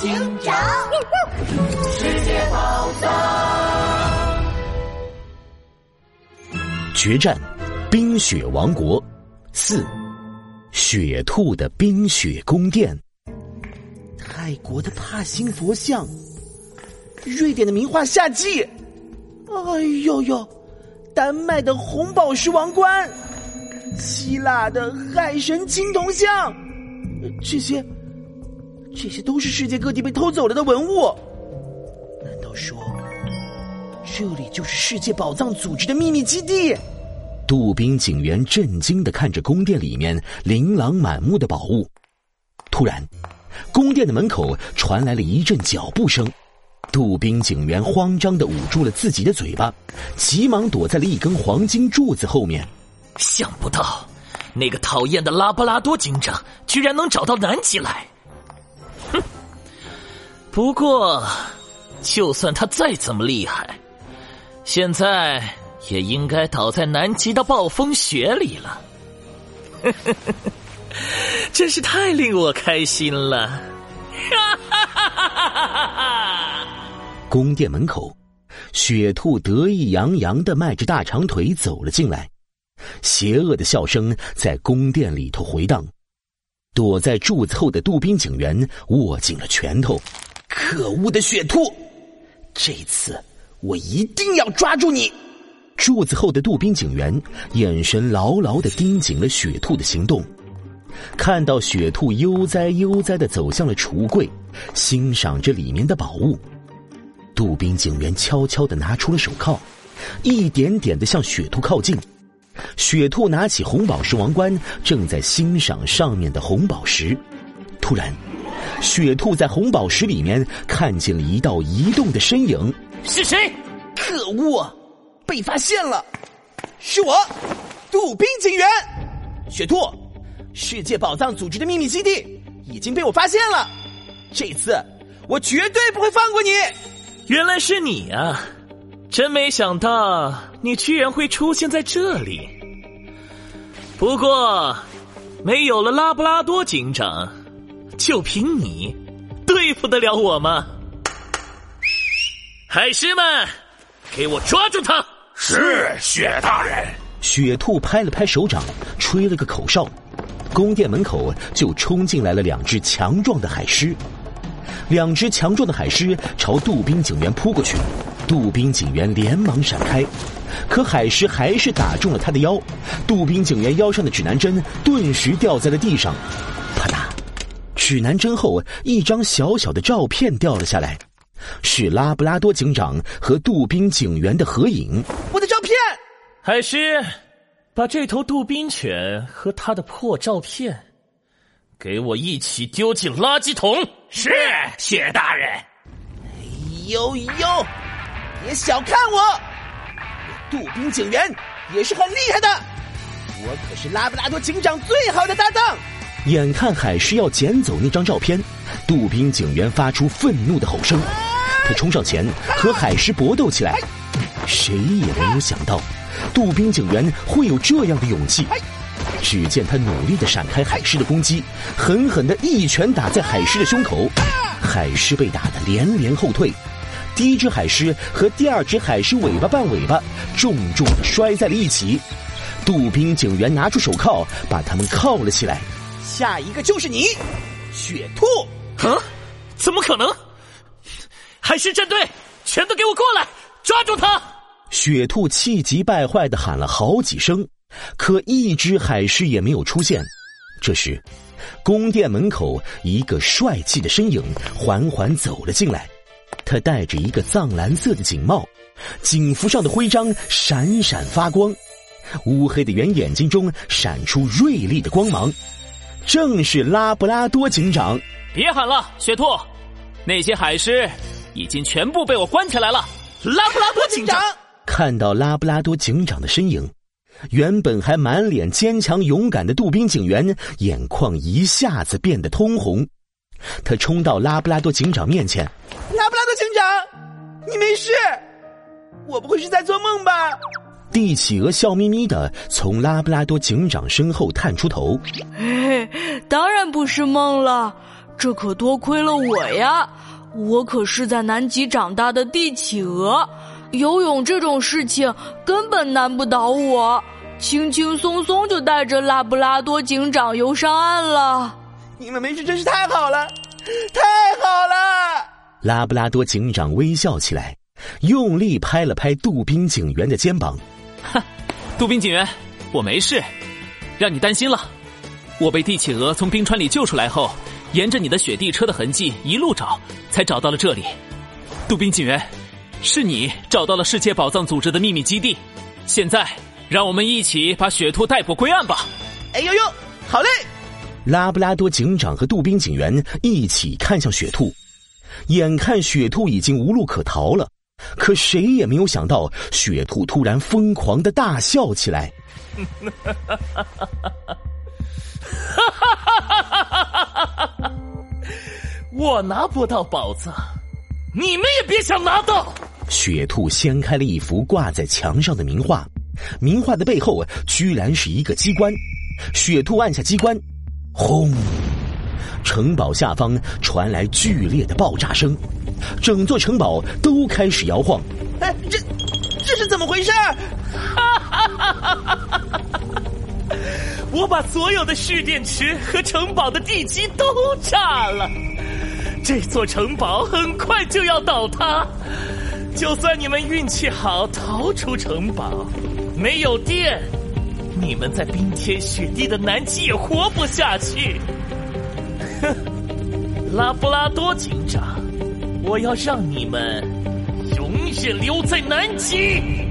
警长，世界宝藏。 决战冰雪王国4，雪兔的冰雪宫殿。泰国的帕辛佛像，瑞典的名画夏季，哎呦呦，丹麦的红宝石王冠，希腊的海神青铜像，这些都是世界各地被偷走了的文物。难道说这里就是世界宝藏组织的秘密基地？杜宾警员震惊地看着宫殿里面琳琅满目的宝物。突然，宫殿的门口传来了一阵脚步声。杜宾警员慌张地捂住了自己的嘴巴，急忙躲在了一根黄金柱子后面。 想不到那个讨厌的拉布拉多警长居然能找到南极来。哼，不过就算他再怎么厉害，现在也应该倒在南极的暴风雪里了。真是太令我开心了。 宫殿门口，雪兔得意洋洋地迈着大长腿走了进来，邪恶的笑声在宫殿里头回荡。躲在柱子后的杜宾警员握紧了拳头。可恶的雪兔，这次我一定要抓住你！柱子后的杜宾警员眼神牢牢地盯紧了雪兔的行动。看到雪兔悠哉悠哉地走向了储物柜，欣赏着里面的宝物，杜宾警员悄悄地拿出了手铐，一点点地向雪兔靠近。雪兔拿起红宝石王冠，正在欣赏上面的红宝石。突然，雪兔在红宝石里面看见了一道移动的身影。 是谁？ 可恶，被发现了！是我，杜宾警员。雪兔，世界宝藏组织的秘密基地已经被我发现了，这次我绝对不会放过你。 原来是你啊，真没想到你居然会出现在这里。不过没有了拉布拉多警长，就凭你对付得了我吗？海狮们，给我抓住他！ 是，雪大人。 雪兔拍了拍手掌，吹了个口哨，宫殿门口就冲进来了2只强壮的海狮。2只强壮的海狮朝杜宾警员扑过去，杜宾警员连忙闪开，可海狮还是打中了他的腰，杜宾警员腰上的指南针顿时掉在了地上。啪嗒，指南针后一张小小的照片掉了下来，是拉布拉多警长和杜宾警员的合影。我的照片！ 海狮，把这头杜宾犬和他的破照片给我一起丢进垃圾桶。 是，雪大人。 哎呦呦，别小看我，杜宾警员也是很厉害的，我可是拉布拉多警长最好的搭档。眼看海狮要捡走那张照片，杜宾警员发出愤怒的吼声，他冲上前和海狮搏斗起来。谁也没有想到杜宾警员会有这样的勇气。只见他努力地闪开海狮的攻击，狠狠地一拳打在海狮的胸口，海狮被打得连连后退。第一只海狮和第2只海狮尾巴绊尾巴，重重地摔在了一起。杜宾警员拿出手铐，把他们铐了起来。下一个就是你，雪兔！ 啊？怎么可能？海狮战队，全都给我过来，抓住他！ 雪兔气急败坏地喊了好几声，可一只海狮也没有出现。这时，宫殿门口一个帅气的身影缓缓走了进来，他戴着一个藏蓝色的警帽，警服上的徽章闪闪发光，乌黑的圆眼睛中闪出锐利的光芒，正是拉布拉多警长。 别喊了，雪兔，那些海狮已经全部被我关起来了。拉布拉多警长！ 看到拉布拉多警长的身影，原本还满脸坚强勇敢的杜宾警员眼眶一下子变得通红。他冲到拉布拉多警长面前：拉布拉多警长，你没事？我不会是在做梦吧？帝企鹅笑眯眯地从拉布拉多警长身后探出头： 当然不是梦了， 这可多亏了我呀！我可是在南极长大的帝企鹅，游泳这种事情根本难不倒我，轻轻松松就带着拉布拉多警长游上岸了。 你们没事真是太好了，太好了！ 拉布拉多警长微笑起来，用力拍了拍杜宾警员的肩膀。 杜宾警员，我没事，让你担心了。我被帝企鹅从冰川里救出来后，沿着你的雪地车的痕迹一路找，才找到了这里。杜宾警员，是你找到了世界宝藏组织的秘密基地，现在让我们一起把雪兔逮捕归案吧。 哎呦呦，好嘞！ 拉布拉多警长和杜宾警员一起看向雪兔，眼看雪兔已经无路可逃了，可谁也没有想到，雪兔突然疯狂地大笑起来。 我拿不到宝藏，你们也别想拿到。 雪兔掀开了一幅挂在墙上的名画，名画的背后居然是一个机关。雪兔按下机关，轰！城堡下方传来剧烈的爆炸声，整座城堡都开始摇晃。 哎，这是怎么回事？ 我把所有的蓄电池和城堡的地基都炸了，这座城堡很快就要倒塌。就算你们运气好逃出城堡，没有电，你们在冰天雪地的南极也活不下去。哼，拉布拉多警长，我要让你们永远留在南极。